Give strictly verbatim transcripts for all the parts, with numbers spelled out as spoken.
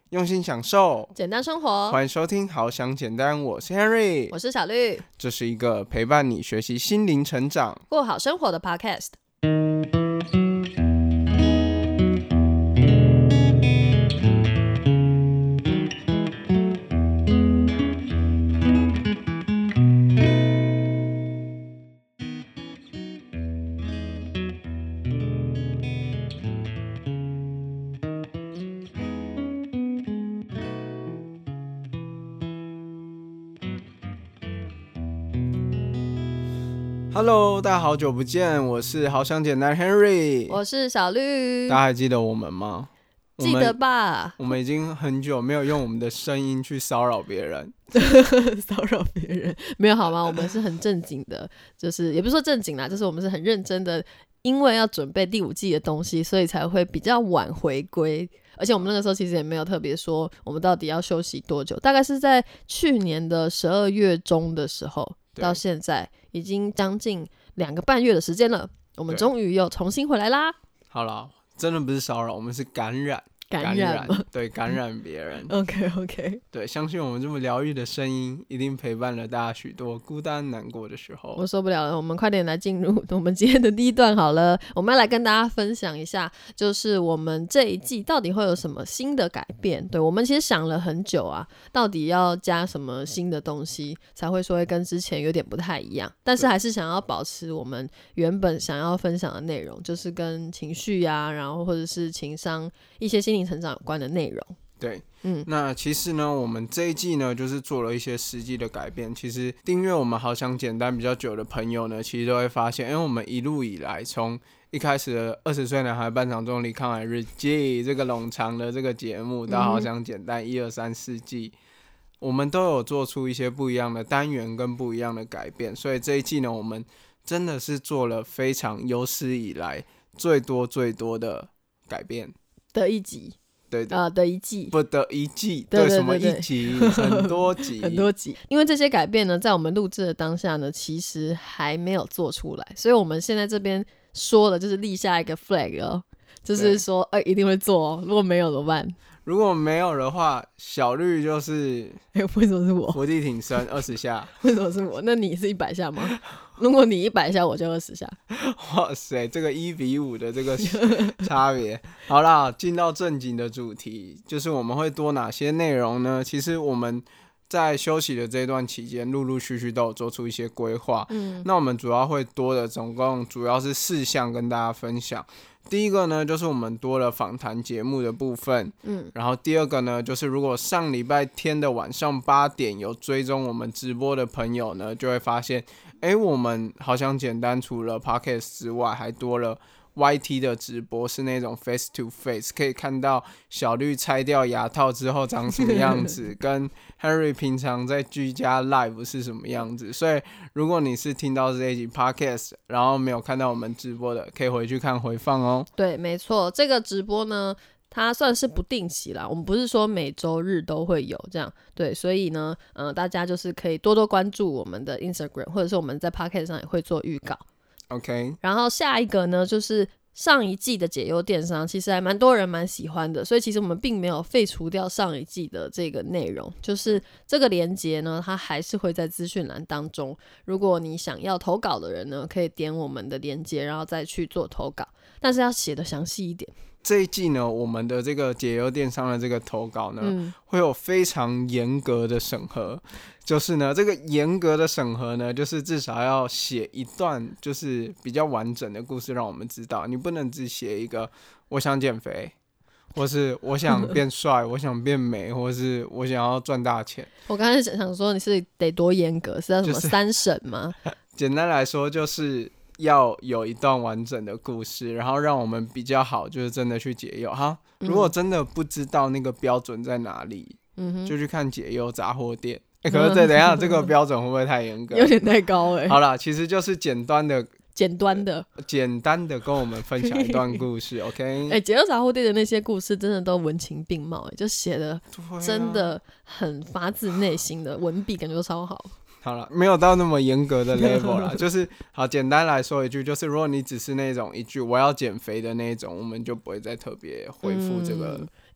用心享受简单生活， 欢迎收听好想简单，我是 Henry， 我是小绿， 这是一个陪伴你学习心灵成长过好生活的 podcast。 Hello， 大家好久不见，我是好想简单 Henry， 我是小绿， 大家还记得我们吗？ 记得吧？ 我们已经很久没有用我们的声音去骚扰别人骚扰别人没有好吗？我们是很正经的，就是也不是说正经啦，就是我们是很认真的，因为要准备第五季的东西，所以才会比较晚回归。而且我们那个时候其实也没有特别说我们到底要休息多久，大概是在去年的十二月中的时候，到现在已经将近两个半月的时间了，我们终于又重新回来啦。 好啦，真的不是骚扰，我们是感染感染吗？ 对，感染别人。 OK OK， 对，相信我们这么疗愈的声音，一定陪伴了大家许多孤单难过的时候。 我受不了了，我们快点来进入我们今天的第一段好了。我们要来跟大家分享一下，就是我们这一季到底会有什么新的改变。对，我们其实想了很久啊，到底要加什么新的东西，才会说会跟之前有点不太一样，但是还是想要保持我们原本想要分享的内容，就是跟情绪啊，然后或者是情商一些心灵成长有关的内容。 对，嗯，那其实呢，我们这一季呢，就是做了一些实际的改变。其实订阅我们好想简单比较久的朋友呢，其实都会发现，因为我们一路以来，从一开始的二十岁男孩半场中离抗癌日记这个冗长的这个节目，到好想简单一二三四季，我们都有做出一些不一样的单元跟不一样的改变。所以这一季呢，我们真的是做了非常有史以来最多最多的改变的一集。 对的、 呃、的一季不的一季， 对对对对， 什么一集很多集很多集。因为这些改变呢，在我们录制的当下呢，其实还没有做出来，所以我们现在这边说的就是立下一个 flag 哦，就是说哎、欸，一定会做哦，如果没有怎么办？ 如果没有的话，小绿就是哎、欸，为什么是我？ 伏地挺身二十下。 为什么是我？那你是一百下吗？如果你一百下，我就二十下。 哇塞，这个一比五的这个差别。好啦，进到正经的主题，就是我们会多哪些内容呢？其实我们在休息的这段期间，陆陆续续都有做出一些规划。嗯，那我们主要会多的，总共主要是四项跟大家分享。第一个呢，就是我们多了访谈节目的部分，嗯，然后第二个呢，就是如果上礼拜天的晚上八点有追踪我们直播的朋友呢，就会发现，哎，我们好想简单，除了 Podcast 之外，还多了 Y T 的直播，是那种 face to face， 可以看到小绿拆掉牙套之后长什么样子，跟 Henry 平常在居家 live 是什么样子。所以如果你是听到这一集 Podcast， 然后没有看到我们直播的，可以回去看回放哦。 对，没错，这个直播呢，它算是不定期啦，我们不是说每周日都会有这样，对，所以呢，呃，大家就是可以多多关注我们的 Instagram， 或者是我们在 Podcast 上也会做预告。 OK， 然后下一个呢，就是上一季的解忧电商，其实还蛮多人蛮喜欢的，所以其实我们并没有废除掉上一季的这个内容，就是这个连结呢，它还是会在资讯栏当中。如果你想要投稿的人呢，可以点我们的连结，然后再去做投稿，但是要写的详细一点。 这一季呢，我们的这个解忧电商的这个投稿呢、嗯，会有非常严格的审核。就是呢，这个严格的审核呢，就是至少要写一段就是比较完整的故事，让我们知道，你不能只写一个我想减肥，或是我想变帅，我想变美，或是我想要赚大钱。 我刚才想说你是得多严格，是要什么三审吗？ 就是、简单来说就是要有一段完整的故事，然后让我们比较好，就是真的去解忧哈。如果真的不知道那个标准在哪里，嗯、就去看解忧杂货店。欸、可是这等一下这个标准会不会太严格？ 有点太高哎、欸。 好啦，其实就是简单的、 简单的、 呃、简单的跟我们分享一段故事，OK？ 哎、欸，解忧杂货店的那些故事真的都文情并茂、欸，就写的真的很发自内心的文笔，感觉都超好。 好了，没有到那么严格的 level 啦，就是好简单来说一句，就是如果你只是那种一句我要减肥的那种，我们就不会再特别回复这个、 嗯，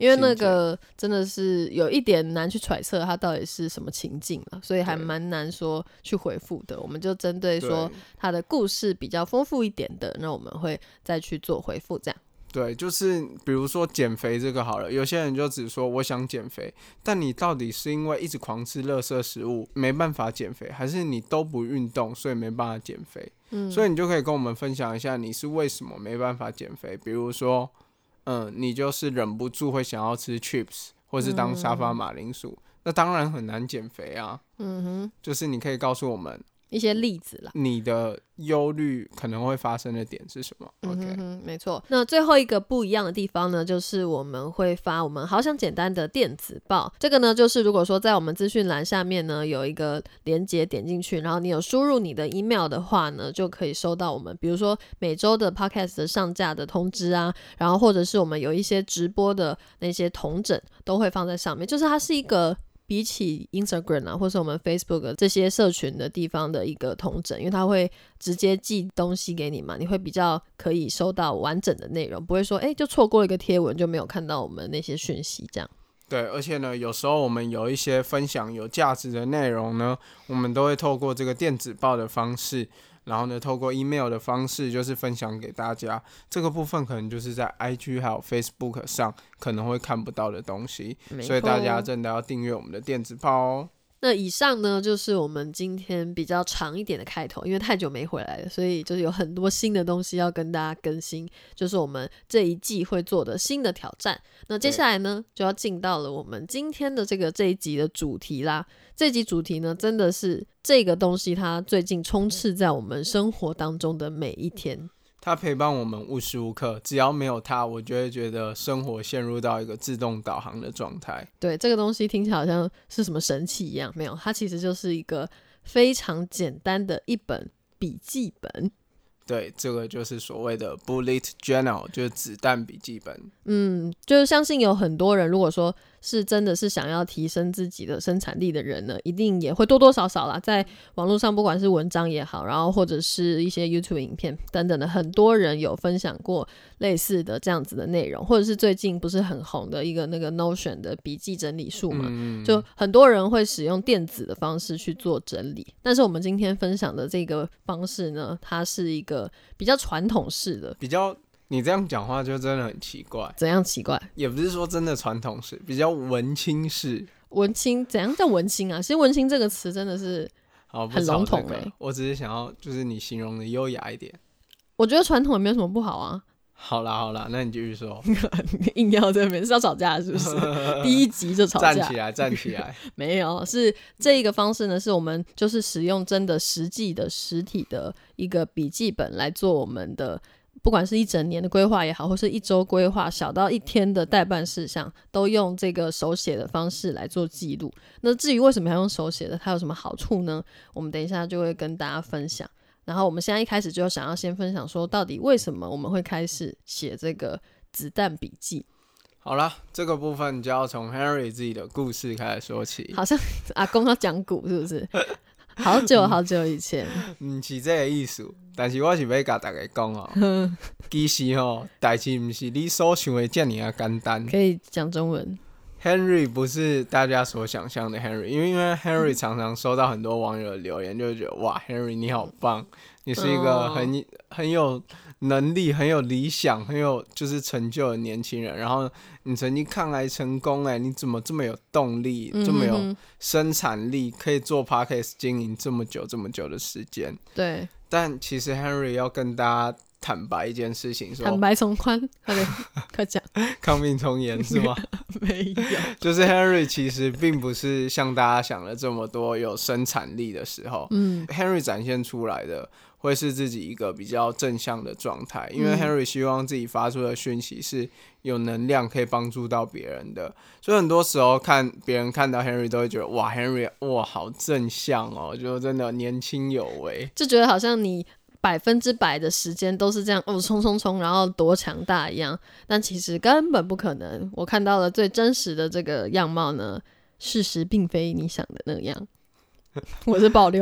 因为那个真的是有一点难去揣测它到底是什么情境了，所以还蛮难说去回复的。我们就针对说它的故事比较丰富一点的，那我们会再去做回复这样。 对，就是比如说减肥这个好了，有些人就只说我想减肥，但你到底是因为一直狂吃垃圾食物没办法减肥，还是你都不运动所以没办法减肥？嗯，所以你就可以跟我们分享一下你是为什么没办法减肥，比如说嗯，你就是忍不住会想要吃 chips 或是当沙发马铃薯、嗯、那当然很难减肥啊。嗯哼，就是你可以告诉我们一些例子啦， 你的忧虑可能会发生的点是什么？ OK， 嗯哼，没错。那最后一个不一样的地方呢，就是我们会发我们好想简单的电子报。这个呢，就是如果说在我们资讯栏下面呢有一个连结，点进去，然后你有输入你的 email 的话呢，就可以收到我们比如说每周的 podcast 的上架的通知啊，然后或者是我们有一些直播的那些统整都会放在上面，就是它是一个比起 Instagram 啊，或是我们 Facebook 这些社群的地方的一个统整，因为它会直接寄东西给你嘛，你会比较可以收到完整的内容，不会说哎就错过了一个贴文就没有看到我们那些讯息这样。 对，而且呢，有时候我们有一些分享有价值的内容呢，我们都会透过这个电子报的方式，然后呢，透过 email 的方式，就是分享给大家。这个部分可能就是在 I G 还有 Facebook 上可能会看不到的东西，所以大家真的要订阅我们的电子报哦。 那以上呢，就是我们今天比较长一点的开头，因为太久没回来了，所以就是有很多新的东西要跟大家更新，就是我们这一季会做的新的挑战。那接下来呢，就要进到了我们今天的这个这一集的主题啦。这一集主题呢，真的是这个东西它最近充斥在我们生活当中的每一天， 它陪伴我们无时无刻，只要没有它，我就会觉得生活陷入到一个自动导航的状态。 对，这个东西听起来好像是什么神器一样，没有，它其实就是一个非常简单的一本笔记本。 对，这个就是所谓的 bullet journal， 就是子弹笔记本。 嗯，就是相信有很多人，如果说是真的是想要提升自己的生产力的人呢，一定也会多多少少啦，在网络上不管是文章也好，然后或者是一些 YouTube 影片等等的，很多人有分享过类似的这样子的内容，或者是最近不是很红的一个那个 Notion 的笔记整理术嘛、嗯、就很多人会使用电子的方式去做整理，但是我们今天分享的这个方式呢，它是一个比较传统式的， 比较你这样讲话就真的很奇怪。 怎样奇怪？ 也不是说真的传统式，比较文青式。 文青怎样叫文青啊？其实文青这个词真的是很笼统哎、欸。 我只是想要就是你形容的优雅一点。 我觉得传统也没有什么不好啊。 好啦好啦，那你继续说。 硬要这边是要吵架是不是？第一集就吵架。 站起来站起来。 没有，是这一个方式呢，是我们就是使用真的实际的实体的一个笔记本来做我们的。不管是一整年的规划也好，或是一周规划，小到一天的待办事项，都用这个手写的方式来做记录。那至于为什么要用手写的，它有什么好处呢？我们等一下就会跟大家分享。然后我们现在一开始就想要先分享说，到底为什么我们会开始写这个子弹笔记。 好啦，这个部分就要从 Henry 自己的故事开始说起。 好像阿公要讲古是不是？好久好久以前， 不是这个意思，但是我是要跟大家讲哦，其实哦，代志不是你所想的这么简单。 可以讲中文。 Henry 不是大家所想象的 Henry， 因为因为 Henry 常常收到很多网友的留言，就会觉得哇 Henry 你好棒，你是一个很、哦、很有能力、很有理想、很有就是成就的年轻人。然后你曾经抗癌成功，哎，你怎么这么有动力、嗯、这么有生产力，可以做 Podcast 经营这么久这么久的时间？对。但其实 Henry 要跟大家坦白一件事情说， 坦白从宽，快点快讲。 抗病从严是吗？ 没有， 就是 Henry 其实并不是像大家想的这么多有生产力的时候。嗯 ，Henry 展现出来的会是自己一个比较正向的状态，因为 Henry 希望自己发出的讯息是有能量，可以帮助到别人的。所以很多时候看别人看到 Henry 都会觉得哇 ，Henry 哇好正向哦，就真的年轻有为， 就觉得好像你百分之百的时间都是这样哦，冲冲冲，然后多强大一样，但其实根本不可能。我看到了最真实的这个样貌呢，事实并非你想的那样。我是爆料。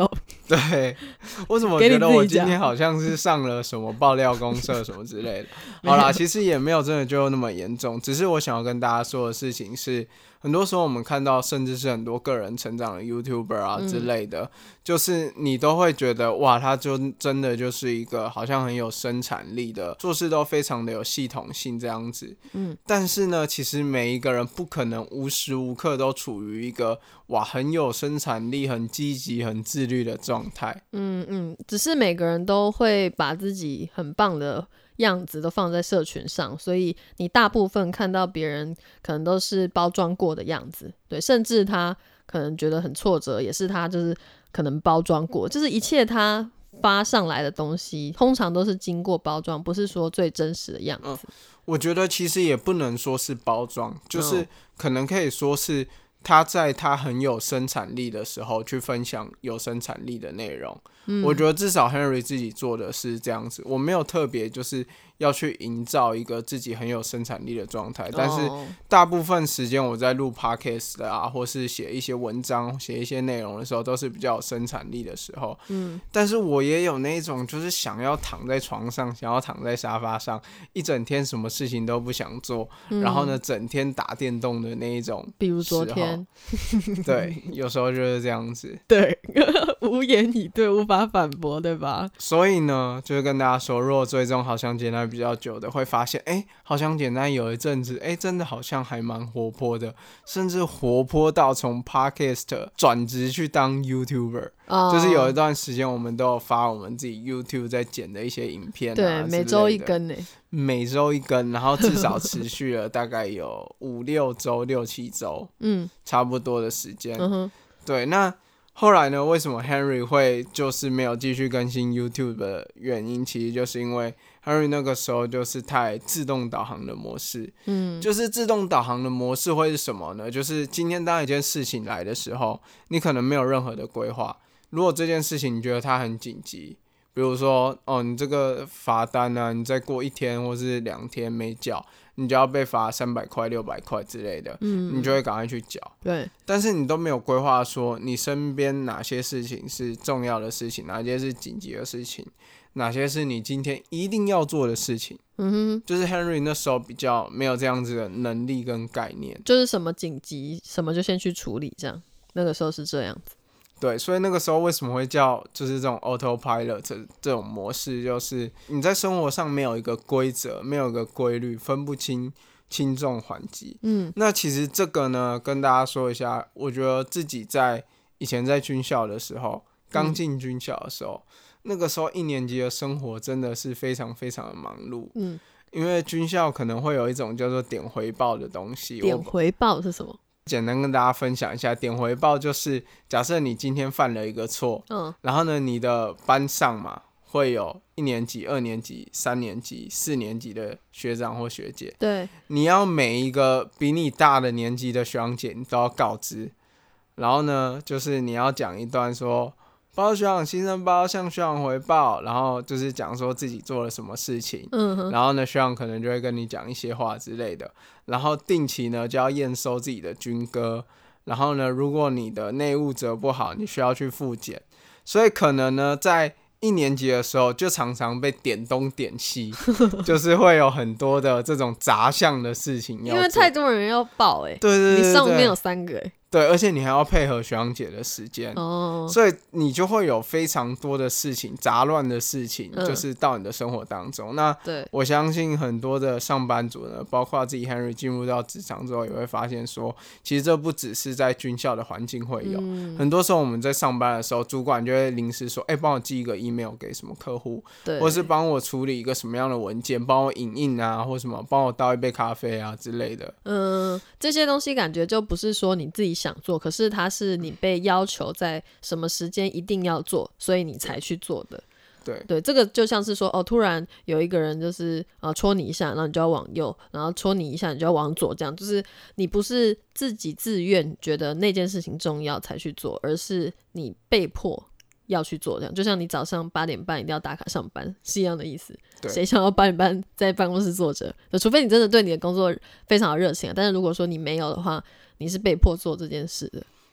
对，我怎么觉得我今天好像是上了什么爆料公社什么之类的？好啦，其实也没有真的就那么严重，只是我想要跟大家说的事情是，很多时候我们看到甚至是很多个人成长的 YouTuber 啊之类的、嗯、就是你都会觉得哇，他就真的就是一个好像很有生产力的，做事都非常的有系统性这样子、嗯、但是呢其实每一个人不可能无时无刻都处于一个哇很有生产力很积极很自律的状态。 嗯嗯，只是每个人都会把自己很棒的样子都放在社群上，所以你大部分看到别人可能都是包装过的样子，对，甚至他可能觉得很挫折也是他就是可能包装过，就是一切他发上来的东西通常都是经过包装，不是说最真实的样子、嗯、 我觉得其实也不能说是包装，就是可能可以说是他在他很有生产力的时候去分享有生产力的内容、嗯、我觉得至少 Henry 自己做的是这样子，我没有特别就是要去营造一个自己很有生产力的状态，但是大部分时间我在录 podcast 啊或是写一些文章写一些内容的时候都是比较有生产力的时候、嗯、但是我也有那种就是想要躺在床上想要躺在沙发上一整天什么事情都不想做、嗯、然后呢整天打电动的那一种， 比如昨天对，有时候就是这样子， 对无言以对无法反驳，对吧？ 所以呢就是跟大家说，如果追踪好想简单比较久的会发现，哎，好想简单有一阵子哎真的好像还蛮活泼的，甚至活泼到从 podcast 转职去当 YouTuber、oh. 就是有一段时间我们都有发我们自己 YouTube 在剪的一些影片、啊、 对，每周一根耶， 每周一根，然后至少持续了大概有五六周六七周，嗯，差不多的时间、嗯、对。那后来呢为什么 Henry 会就是没有继续更新 YouTube 的原因，其实就是因为 Henry 那个时候就是太自动导航的模式，嗯，就是自动导航的模式会是什么呢？就是今天当一件事情来的时候，你可能没有任何的规划，如果这件事情你觉得它很紧急，比如说哦，你这个罚单啊，你再过一天或是两天没缴，你就要被罚三百块、六百块之类的，嗯，你就会赶快去缴。 对， 但是你都没有规划说你身边哪些事情是重要的事情，哪些是紧急的事情，哪些是你今天一定要做的事情。嗯哼，就是 Henry 那时候比较没有这样子的能力跟概念， 就是什么紧急什么就先去处理，这样那个时候是这样子。 对，所以那个时候为什么会叫就是这种 autopilot 这种模式，就是你在生活上没有一个规则，没有一个规律，分不清轻重缓急。嗯，那其实这个呢跟大家说一下，我觉得自己在以前在军校的时候，刚进军校的时候、嗯、那个时候一年级的生活真的是非常非常的忙碌。嗯，因为军校可能会有一种叫做点回报的东西。 点回报是什么？ 简单跟大家分享一下，点回报就是假设你今天犯了一个错、嗯、然后呢你的班上嘛会有一年级、二年级、三年级、四年级的学长或学姐， 对， 你要每一个比你大的年级的学长姐你都要告知，然后呢就是你要讲一段说报告学长新生报告向学长回报，然后就是讲说自己做了什么事情、嗯、然后呢学长可能就会跟你讲一些话之类的，然后定期呢就要验收自己的军歌，然后呢如果你的内务折不好你需要去复检，所以可能呢在一年级的时候就常常被点东点西就是会有很多的这种杂项的事情要做， 因为太多人要报耶、欸、 对对 对, 对， 你上面有三个耶、欸对，而且你还要配合学长姐的时间、哦、所以你就会有非常多的事情杂乱的事情、嗯、就是到你的生活当中。那我相信很多的上班族呢包括自己 Henry 进入到职场之后也会发现说其实这不只是在军校的环境会有、嗯、很多时候我们在上班的时候主管就会临时说哎，帮我寄一个 email 给什么客户，或是帮我处理一个什么样的文件，帮我影印啊或什么帮我倒一杯咖啡啊之类的。 嗯，这些东西感觉就不是说你自己想做，可是它是你被要求在什么时间一定要做，所以你才去做的。 对对，这个就像是说哦，突然有一个人就是呃戳你一下，然后你就要往右，然后戳你一下你就要往左，这样就是你不是自己自愿觉得那件事情重要才去做，而是你被迫要去做，这样就像你早上八点半一定要打卡上班是一样的意思。谁想要八点半在办公室坐着？除非你真的对你的工作非常有热情、啊、但是如果说你没有的话，你是被迫做这件事的。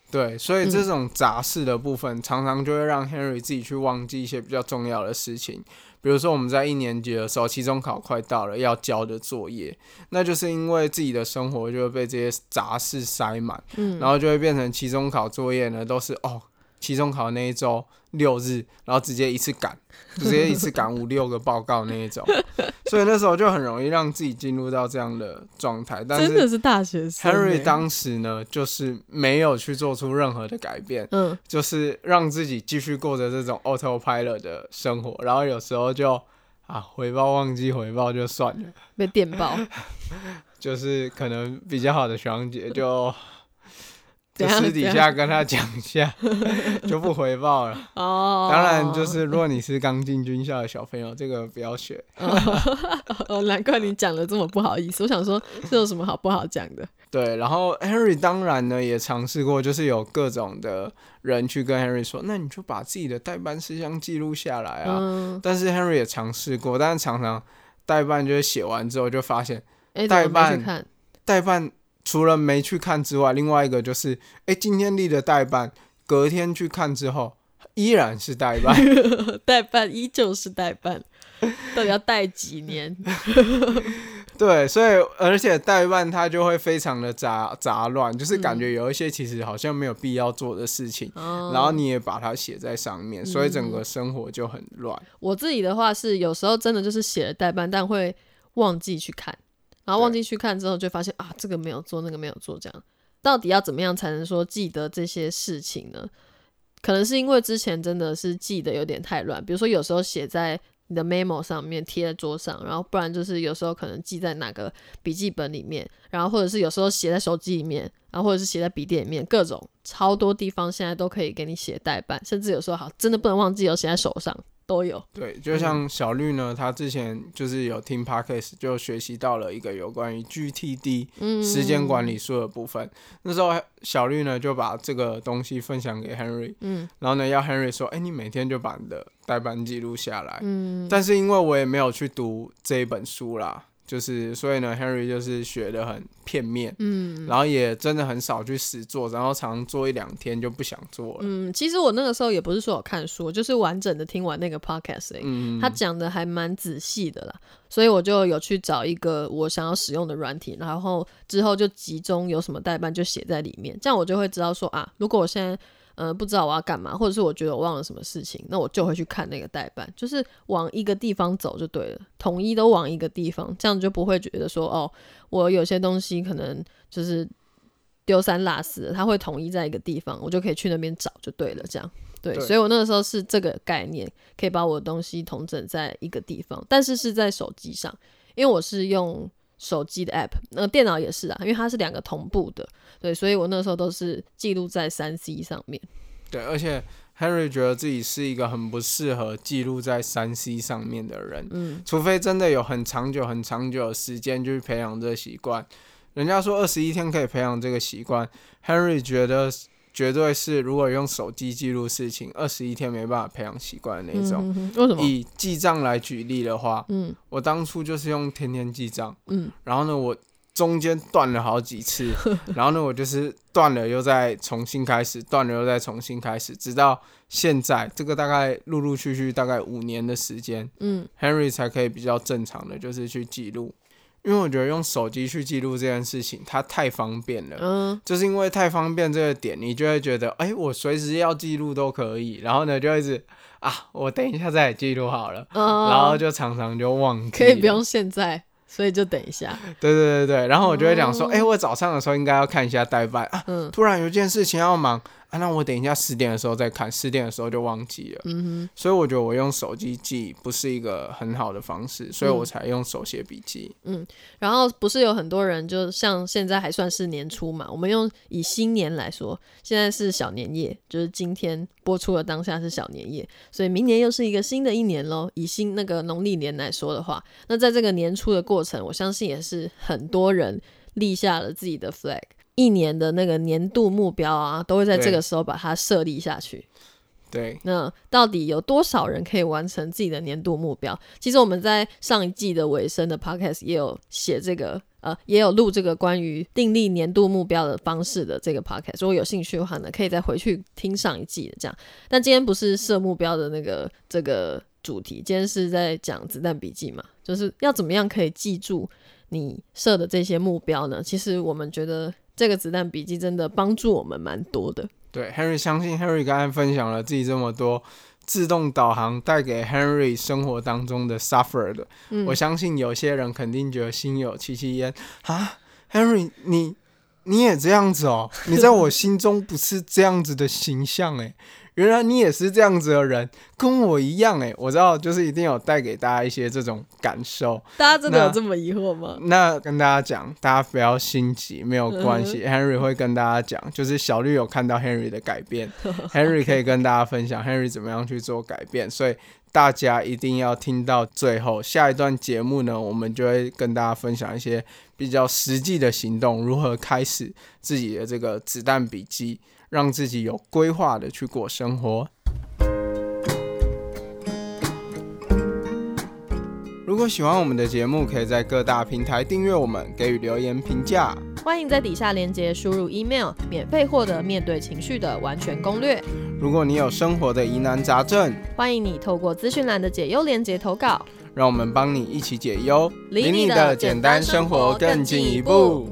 对，所以这种杂事的部分、嗯、常常就会让 Henry 自己去忘记一些比较重要的事情，比如说我们在一年级的时候期中考快到了要交的作业，那就是因为自己的生活就会被这些杂事塞满、嗯、然后就会变成期中考作业呢都是哦期中考那一周六日，然后直接一次赶，直接一次赶五六个报告那一种，所以那时候就很容易让自己进入到这样的状态。但是真的是大学生 Henry 当时呢，就是没有去做出任何的改变，嗯，就是让自己继续过着这种 autopilot 的生活，然后有时候就啊回报忘记回报就算了， 被电报， 就是可能比较好的学长姐就。就私底下跟他讲一下就不回报了哦。当然就是如果你是刚进军校的小朋友，这个不要学哦。难怪你讲的这么不好意思，我想说这有什么好不好讲的。 对，然后 Henry 当然呢也尝试过，就是有各种的人去跟 Henry 说，那你就把自己的代办事项记录下来啊、嗯、但是 Henry 也尝试过，但是常常代办就是写完之后就发现代办代办除了没去看之外，另外一个就是哎，今天立的代办隔天去看之后依然是代办代办依旧是代办，到底要代几年对，所以而且代办它就会非常的杂杂乱，就是感觉有一些其实好像没有必要做的事情、嗯、然后你也把它写在上面、嗯、所以整个生活就很乱。 我自己的话是有时候真的就是写了代办但会忘记去看，然后忘记去看之后就发现啊，这个没有做那个没有做，这样到底要怎么样才能说记得这些事情呢？可能是因为之前真的是记得有点太乱，比如说有时候写在你的 memo 上面贴在桌上，然后不然就是有时候可能记在哪个笔记本里面，然后或者是有时候写在手机里面，然后或者是写在笔电里面，各种超多地方现在都可以给你写代办，甚至有时候好真的不能忘记有写在手上都有。 对，就像小绿呢、嗯、他之前就是有听 podcast 就学习到了一个有关于 G T D、嗯、时间管理术的部分，那时候小绿呢就把这个东西分享给 Henry、嗯、然后呢要 Henry 说哎，你每天就把你的代办记录下来、嗯、但是因为我也没有去读这一本书啦，就是所以呢 Henry 就是学得很片面、嗯、然后也真的很少去实做，然后常常做一两天就不想做了。 嗯，其实我那个时候也不是说我看书，就是完整的听完那个 podcast 而已、嗯、他讲的还蛮仔细的啦，所以我就有去找一个我想要使用的软体，然后之后就集中有什么代办就写在里面，这样我就会知道说啊，如果我现在呃，不知道我要干嘛，或者是我觉得我忘了什么事情，那我就会去看那个代办，就是往一个地方走就对了，统一都往一个地方，这样就不会觉得说哦，我有些东西可能就是丢三落四的，它会统一在一个地方，我就可以去那边找就对了，这样 对, 对，所以我那个时候是这个概念，可以把我的东西统整在一个地方，但是是在手机上，因为我是用手机的 app， 那个电脑也是啊，因为它是两个同步的，对，所以我那时候都是记录在 三 C 上面。 对，而且 Henry 觉得自己是一个很不适合记录在 三 C 上面的人、嗯、除非真的有很长久很长久的时间去培养这个习惯。人家说二十一天可以培养这个习惯， Henry 觉得绝对是如果用手机记录事情二十一天没办法培养习惯的那种、 嗯、为什么？ 以记账来举例的话、嗯、我当初就是用天天记账、嗯、然后呢我中间断了好几次然后呢我就是断了又再重新开始，断了又再重新开始，直到现在这个大概陆陆续续大概五年的时间、嗯、Henry 才可以比较正常的就是去记录，因为我觉得用手机去记录这件事情它太方便了、嗯、就是因为太方便这个点，你就会觉得哎，我随时要记录都可以，然后呢就一直啊我等一下再记录好了、哦、然后就常常就忘记了， 可以不用现在，所以就等一下。 对对对对，然后我就会讲说哎、哦欸，我早上的时候应该要看一下代办啊、嗯，突然有件事情要忙啊，那我等一下十点的时候再看，十点的时候就忘记了、嗯、哼，所以我觉得我用手机记不是一个很好的方式，所以我才用手写笔记。 嗯，然后不是有很多人就像现在还算是年初嘛，我们用以新年来说，现在是小年夜，就是今天播出的当下是小年夜，所以明年又是一个新的一年咯，以新那个农历年来说的话，那在这个年初的过程，我相信也是很多人立下了自己的 flag，一年的那个年度目标啊，都会在这个时候把它设立下去。 对， 那到底有多少人可以完成自己的年度目标？其实我们在上一季的尾声的 podcast 也有写这个呃，也有录这个关于订立年度目标的方式的这个 podcast， 如果有兴趣的话呢，可以再回去听上一季的这样。但今天不是设目标的那个这个主题，今天是在讲子弹笔记嘛，就是要怎么样可以记住你设的这些目标呢？其实我们觉得这个子弹笔记真的帮助我们蛮多的。 对 Henry， 相信 Henry 刚才分享了自己这么多自动导航带给 Henry 生活当中的 suffer 的、嗯、我相信有些人肯定觉得心有戚戚焉啊 Henry 你你也这样子哦，你在我心中不是这样子的形象耶，原来你也是这样子的人，跟我一样耶。我知道就是一定有带给大家一些这种感受。 大家真的有这么疑惑吗？ 那, 那跟大家讲，大家不要心急，没有关系、嗯、Henry 会跟大家讲，就是小绿有看到 Henry 的改变Henry 可以跟大家分享 Henry 怎么样去做改变，所以大家一定要听到最后。下一段节目呢，我们就会跟大家分享一些比较实际的行动，如何开始自己的这个子弹笔记，让自己有规划的去过生活。如果喜欢我们的节目，可以在各大平台订阅我们，给予留言评价。 欢迎在底下连结输入 email， 免费获得面对情绪的完全攻略。 如果你有生活的疑难杂症， 欢迎你透过资讯栏的解忧连结投稿， 让我们帮你一起解忧，离你的简单生活更进一步。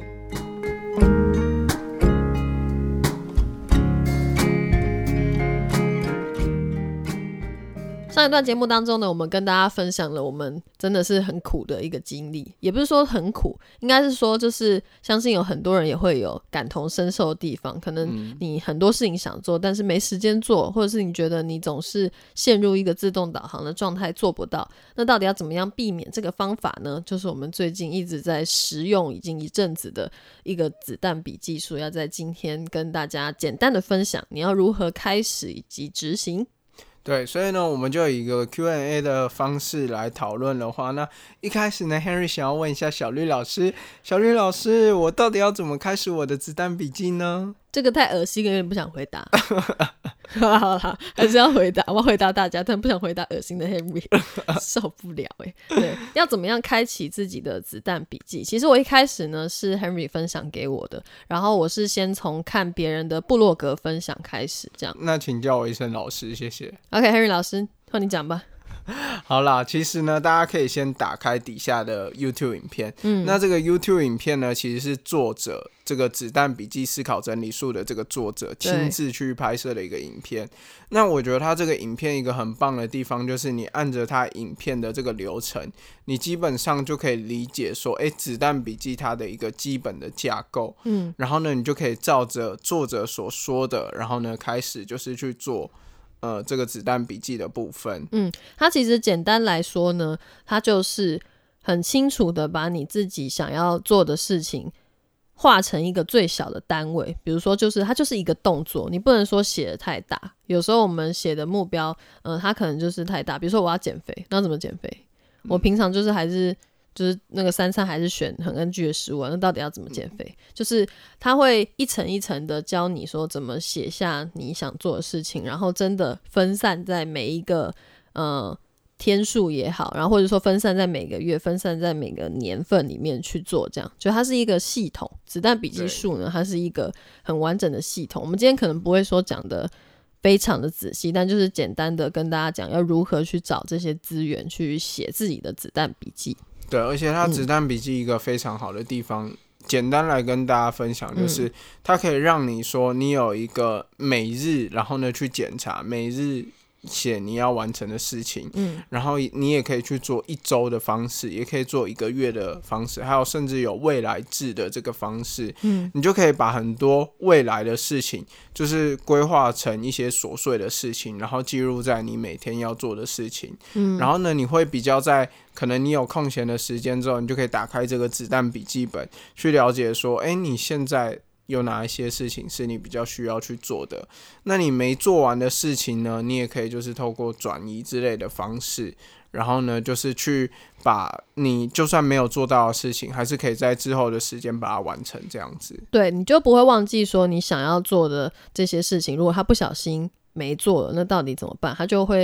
上一段节目当中呢，我们跟大家分享了我们真的是很苦的一个经历，也不是说很苦，应该是说就是相信有很多人也会有感同身受的地方，可能你很多事情想做但是没时间做，或者是你觉得你总是陷入一个自动导航的状态做不到，那到底要怎么样避免这个方法呢？就是我们最近一直在实用已经一阵子的一个子弹笔记术，要在今天跟大家简单的分享你要如何开始以及执行。 对，所以呢我们就以一个 Q and A 的方式来讨论的话，那一开始呢 Henry 想要问一下小绿老师，小绿老师，我到底要怎么开始我的子弹笔记呢？ 这个太恶心了，有点不想回答好啦好啦，还是要回答，我要回答大家，但不想回答恶心的 Henry 受不了耶。对，要怎么样开启自己的子弹笔记？其实我一开始呢是 Henry 分享给我的，然后我是先从看别人的部落格分享开始这样。 那请叫我一声老师，谢谢。 OK Henry 老师换你讲吧。 好啦，其实呢大家可以先打开底下的 YouTube 影片、嗯、那这个 YouTube 影片呢其实是作者这个子弹笔记思考整理术的这个作者亲自去拍摄的一个影片。那我觉得他这个影片一个很棒的地方就是你按着他影片的这个流程，你基本上就可以理解说哎，子弹笔记它的一个基本的架构、嗯、然后呢你就可以照着作者所说的，然后呢开始就是去做呃，这个子弹笔记的部分。嗯， 它其实简单来说呢，它就是很清楚的把你自己想要做的事情画成一个最小的单位。比如说就是它就是一个动作，你不能说写得太大，有时候我们写的目标呃，它可能就是太大，比如说我要减肥，那怎么减肥、嗯、我平常就是还是就是那个三餐还是选很 N G 的食物、啊、那到底要怎么减肥、嗯、就是他会一层一层的教你说怎么写下你想做的事情，然后真的分散在每一个呃天数也好，然后或者说分散在每个月，分散在每个年份里面去做，这样就它是一个系统。子弹笔记术呢它是一个很完整的系统，我们今天可能不会说讲的非常的仔细，但就是简单的跟大家讲要如何去找这些资源去写自己的子弹笔记。 对，而且它子弹笔记一个非常好的地方、嗯、简单来跟大家分享就是它可以让你说你有一个每日，然后呢去检查每日写你要完成的事情、嗯、然后你也可以去做一周的方式，也可以做一个月的方式，还有甚至有未来制的这个方式、嗯、你就可以把很多未来的事情就是规划成一些琐碎的事情，然后记录在你每天要做的事情、嗯、然后呢你会比较在可能你有空闲的时间之后，你就可以打开这个子弹笔记本去了解说哎，你现在有哪一些事情是你比较需要去做的，那你没做完的事情呢，你也可以就是透过转移之类的方式，然后呢就是去把你就算没有做到的事情还是可以在之后的时间把它完成，这样子对，你就不会忘记说你想要做的这些事情，如果他不小心没做了那到底怎么办，他就会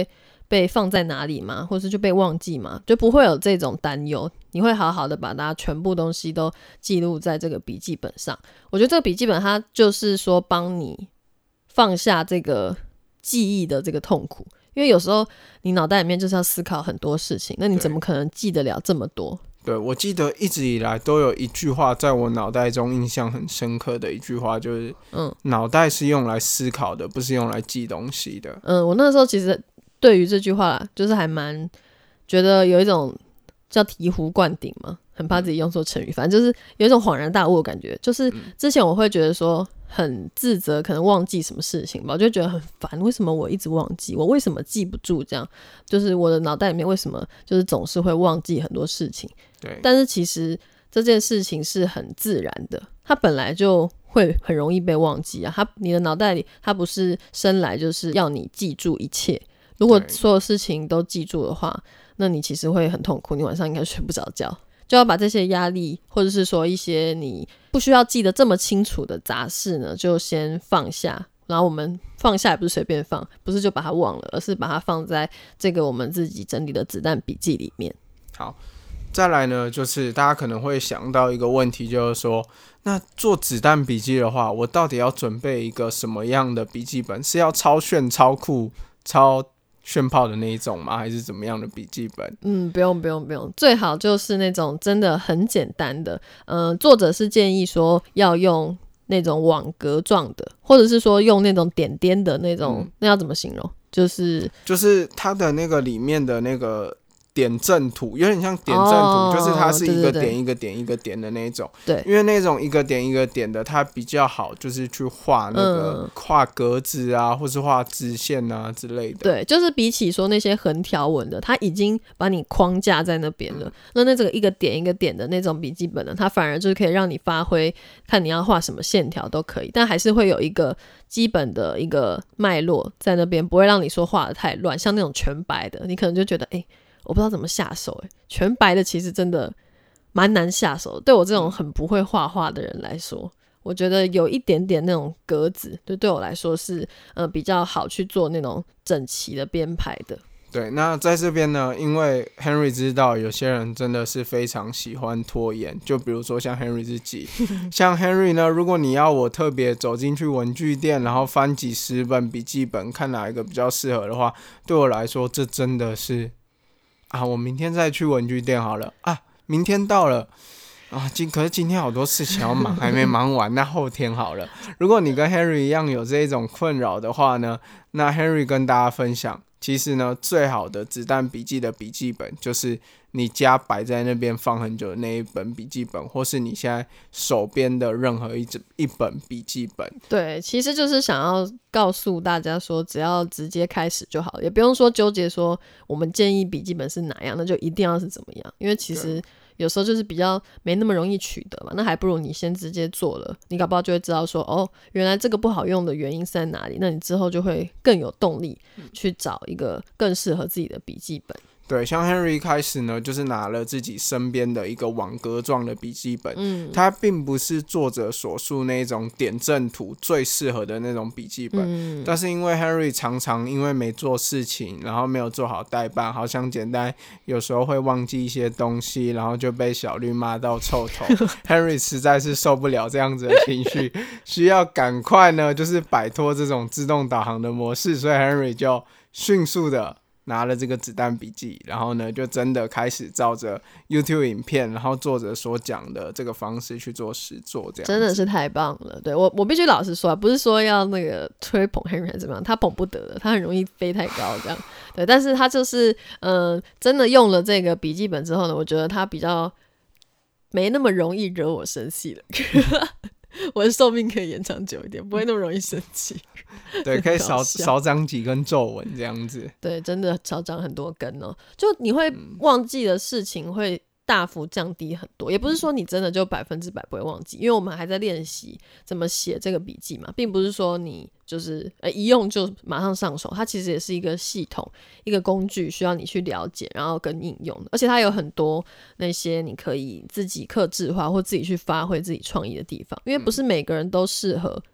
被放在哪里吗？或是就被忘记吗？就不会有这种担忧，你会好好的把它全部东西都记录在这个笔记本上。我觉得这个笔记本它就是说帮你放下这个记忆的这个痛苦，因为有时候你脑袋里面就是要思考很多事情，那你怎么可能记得了这么多？ 对，我记得一直以来都有一句话在我脑袋中印象很深刻的一句话，就是嗯，脑袋是用来思考的，不是用来记东西的。 嗯，我那时候其实对于这句话就是还蛮觉得有一种叫醍醐灌顶嘛，很怕自己用错成语，反正就是有一种恍然大悟的感觉。就是之前我会觉得说很自责，可能忘记什么事情吧，我就觉得很烦，为什么我一直忘记，我为什么记不住，这样就是我的脑袋里面为什么就是总是会忘记很多事情。 对， 但是其实这件事情是很自然的，它本来就会很容易被忘记啊。它你的脑袋里它不是生来就是要你记住一切，如果所有事情都记住的话，那你其实会很痛苦，你晚上应该睡不着觉。就要把这些压力或者是说一些你不需要记得这么清楚的杂事呢就先放下，然后我们放下也不是随便放，不是就把它忘了，而是把它放在这个我们自己整理的子弹笔记里面。 好，再来呢就是大家可能会想到一个问题，就是说那做子弹笔记的话，我到底要准备一个什么样的笔记本？是要超炫超酷超炫炮的那一种吗？还是怎么样的笔记本？ 嗯，不用不用不用，最好就是那种真的很简单的。嗯、呃，作者是建议说要用那种网格状的，或者是说用那种点点的那种，嗯、那要怎么形容？就是就是它的那个里面的那个点阵图，有点像点阵图，哦、就是它是一个点一个点一个点的那种。 对， 因为那种一个点一个点的，它比较好，就是去画那个画格子啊，嗯、或是画直线啊之类的。 对，就是比起说那些横条纹的，它已经把你框架在那边了。嗯、那那这个一个点一个点的那种笔记本呢，它反而就是可以让你发挥，看你要画什么线条都可以，但还是会有一个基本的一个脉络在那边，不会让你说画得太乱。像那种全白的，你可能就觉得哎。欸我不知道怎么下手，欸，全白的其实真的蛮难下手的。对我这种很不会画画的人来说，我觉得有一点点那种格子，就对我来说是呃比较好去做那种整齐的编排的。 对，那在这边呢，因为 Henry 知道有些人真的是非常喜欢拖延，就比如说像 Henry 自己，像 Henry 呢，如果你要我特别走进去文具店，然后翻几十本笔记本，看哪一个比较适合的话，对我来说，这真的是。啊，我明天再去文具店好了啊！明天到了啊，今可是今天好多事情要忙，还没忙完，那后天好了。如果你跟 Henry 一样有这种困扰的话呢，那 Henry 跟大家分享，其实呢，最好的子弹笔记的笔记本就是你家摆在那边放很久的那一本笔记本，或是你现在手边的任何 一, 一本笔记本。 对，其实就是想要告诉大家说，只要直接开始就好了，也不用说纠结说我们建议笔记本是哪样，那就一定要是怎么样，因为其实有时候就是比较没那么容易取得嘛，那还不如你先直接做了，你搞不好就会知道说哦，原来这个不好用的原因是在哪里，那你之后就会更有动力去找一个更适合自己的笔记本。 对，像 Henry 开始呢，就是拿了自己身边的一个网格状的笔记本，嗯，它并不是作者所述那种点阵图最适合的那种笔记本，嗯，但是因为 Henry 常常因为没做事情，然后没有做好代办，好想简单，有时候会忘记一些东西，然后就被小绿骂到臭头。Henry 实在是受不了这样子的情绪，需要赶快呢，就是摆脱这种自动导航的模式，所以 Henry 就迅速的拿了这个子弹笔记，然后呢就真的开始照着 YouTube 影片，然后作者所讲的这个方式去做实作，这样真的是太棒了。对，我我必须老实说，不是说要那个吹捧 Henry 还是怎么样，他捧不得的，他很容易飞太高这样。对，但是他就是嗯、呃，真的用了这个笔记本之后呢，我觉得他比较没那么容易惹我生气了。我的寿命可以延长久一点，不会那么容易生气。 对，可以少少长几根皱纹这样子。 对，真的少长很多根哦。就你会忘记的事情会大幅降低很多，也不是说你真的就百分之百不会忘记，因为我们还在练习怎么写这个笔记嘛，并不是说你就是呃一用就马上上手，它其实也是一个系统，一个工具，需要你去了解，然后跟应用的，而且它有很多那些你可以自己客制化或自己去发挥自己创意的地方，因为不是每个人都适合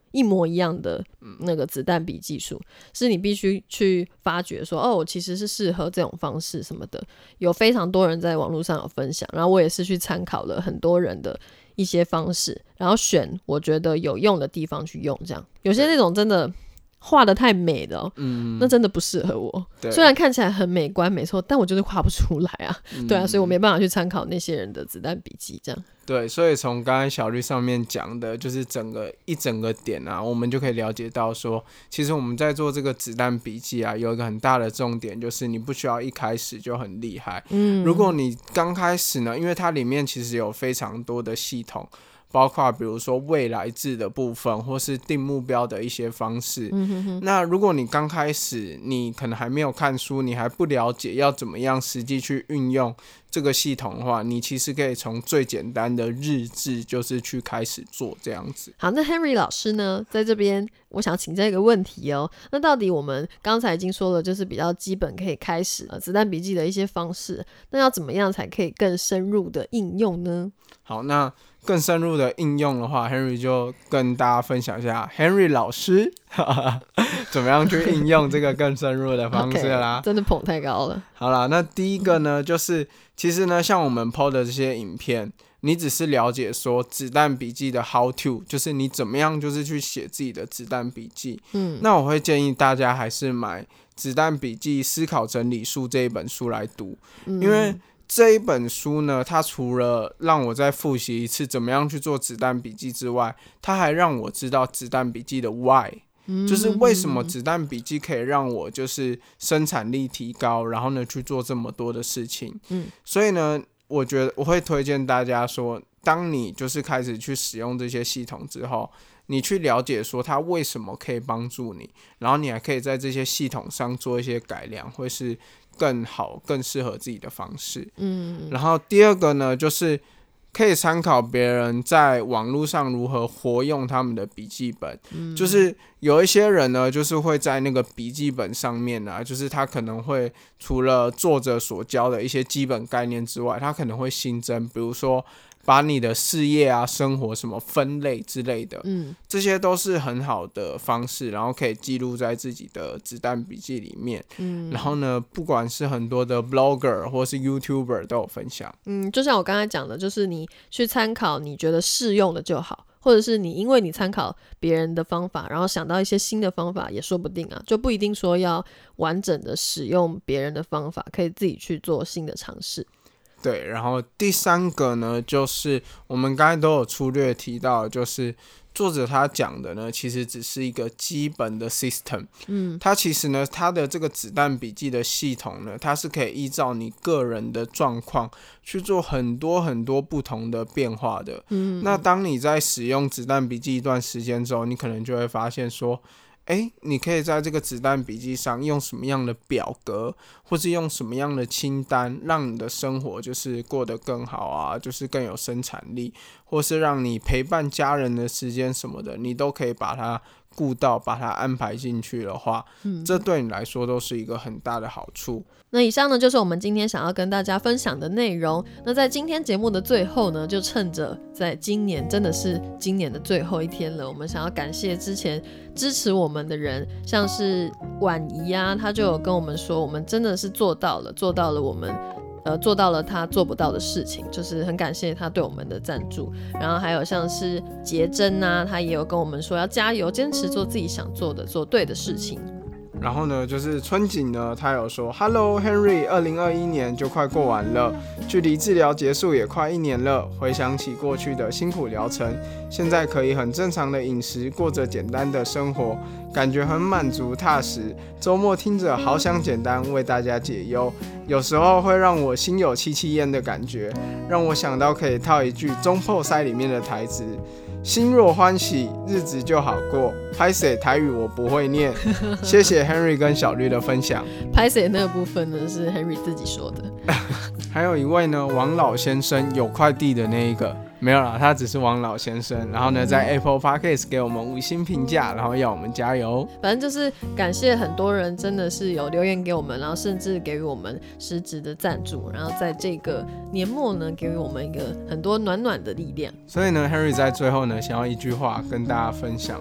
一模一样的那个子弹笔技术，是你必须去发掘说哦，我其实是适合这种方式什么的。有非常多人在网络上有分享，然后我也是去参考了很多人的一些方式，然后选我觉得有用的地方去用。这样有些那种真的画得太美的、哦嗯、那真的不适合我。虽然看起来很美观没错，但我就是画不出来啊、嗯、对啊，所以我没办法去参考那些人的子弹笔记这样。 对，所以从刚才小绿上面讲的就是整个一整个点啊，我们就可以了解到说，其实我们在做这个子弹笔记啊，有一个很大的重点就是你不需要一开始就很厉害。嗯，如果你刚开始呢，因为它里面其实有非常多的系统，包括比如说未来制的部分，或是定目标的一些方式、嗯、哼哼那如果你刚开始你可能还没有看书，你还不了解要怎么样实际去运用这个系统的话，你其实可以从最简单的日志就是去开始做这样子。 好，那 Henry 老师呢在这边我想请教一个问题哦，那到底我们刚才已经说了就是比较基本可以开始、呃、子弹笔记的一些方式，那要怎么样才可以更深入的应用呢？ 好，那更深入的应用的话 Henry 就跟大家分享一下 Henry 老师怎么样去应用这个更深入的方式啦、 okay, 真的捧太高了。 好啦，那第一个呢就是其实呢像我们 po 的这些影片，你只是了解说子弹笔记的 how to， 就是你怎么样就是去写自己的子弹笔记、嗯、那我会建议大家还是买子弹笔记思考整理术这一本书来读、嗯、因为这一本书呢，它除了让我再复习一次怎么样去做子弹笔记之外，它还让我知道子弹笔记的 why、嗯、就是为什么子弹笔记可以让我就是生产力提高，然后呢去做这么多的事情、嗯、所以呢我觉得我会推荐大家说，当你就是开始去使用这些系统之后，你去了解说它为什么可以帮助你，然后你还可以在这些系统上做一些改良，会是更好更适合自己的方式。嗯，然后第二个呢就是可以参考别人在网络上如何活用他们的笔记本、嗯、就是有一些人呢就是会在那个笔记本上面啊，就是他可能会除了作者所教的一些基本概念之外，他可能会新增比如说把你的事业啊生活什么分类之类的、嗯、这些都是很好的方式，然后可以记录在自己的子弹笔记里面、嗯、然后呢不管是很多的 blogger 或是 YouTuber 都有分享。 嗯，就像我刚才讲的，就是你去参考你觉得适用的就好，或者是你因为你参考别人的方法然后想到一些新的方法也说不定啊，就不一定说要完整的使用别人的方法，可以自己去做新的尝试。 对，然后第三个呢就是我们刚才都有粗略提到，就是作者他讲的呢其实只是一个基本的 system、嗯、他其实呢他的这个子弹笔记的系统呢，它是可以依照你个人的状况去做很多很多不同的变化的、嗯、那当你在使用子弹笔记一段时间之后，你可能就会发现说哎，你可以在这个子弹笔记上用什么样的表格，或是用什么样的清单，让你的生活就是过得更好啊，就是更有生产力，或是让你陪伴家人的时间什么的，你都可以把它顾到，把它安排进去的话、嗯、这对你来说都是一个很大的好处。 那以上呢就是我们今天想要跟大家分享的内容。那在今天节目的最后呢，就趁着在今年真的是今年的最后一天了，我们想要感谢之前支持我们的人，像是婉仪啊，他就有跟我们说我们真的是做到了做到了我们呃，做到了他做不到的事情，就是很感谢他对我们的赞助。然后还有像是杰珍啊，他也有跟我们说要加油，坚持做自己想做的，做对的事情。 然后呢就是春景呢，他有说 Hello Henry， 二零二一年就快过完了，距离治疗结束也快一年了，回想起过去的辛苦疗程，现在可以很正常的饮食，过着简单的生活，感觉很满足踏实，周末听着好想简单为大家解忧，有时候会让我心有戚戚焉的感觉，让我想到可以套一句中破塞里面的台词，心若欢喜日子就好过，拍谁台语我不会念谢谢 Henry 跟小绿的分享。 拍谁那个部分呢是 Henry 自己说的还有一位呢王老先生，有快递的那一个没有啦，他只是王老先生，然后呢在 Apple Podcast 给我们五星评价，然后要我们加油。 反正就是感谢很多人真的是有留言给我们，然后甚至给予我们实质的赞助，然后在这个年末呢给予我们一个很多暖暖的力量。 所以呢 Henry 在最后呢想要一句话跟大家分享，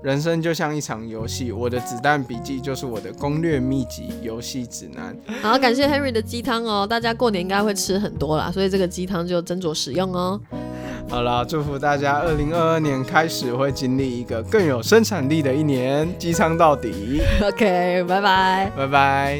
人生就像一场游戏，我的子弹笔记就是我的攻略秘籍游戏指南。 好，感谢 Henry 的鸡汤哦，大家过年应该会吃很多啦，所以这个鸡汤就斟酌使用哦。 好啦，祝福大家二零二二年开始会经历一个更有生产力的一年，鸡汤到底。 OK， 拜拜， 拜拜。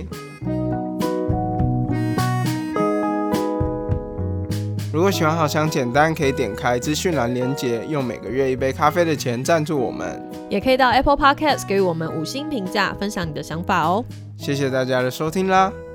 如果喜欢好想简单，可以点开资讯栏连结，用每个月一杯咖啡的钱赞助我们， 也可以到 Apple Podcast 给予我们五星评价，分享你的想法哦。 谢谢大家的收听啦。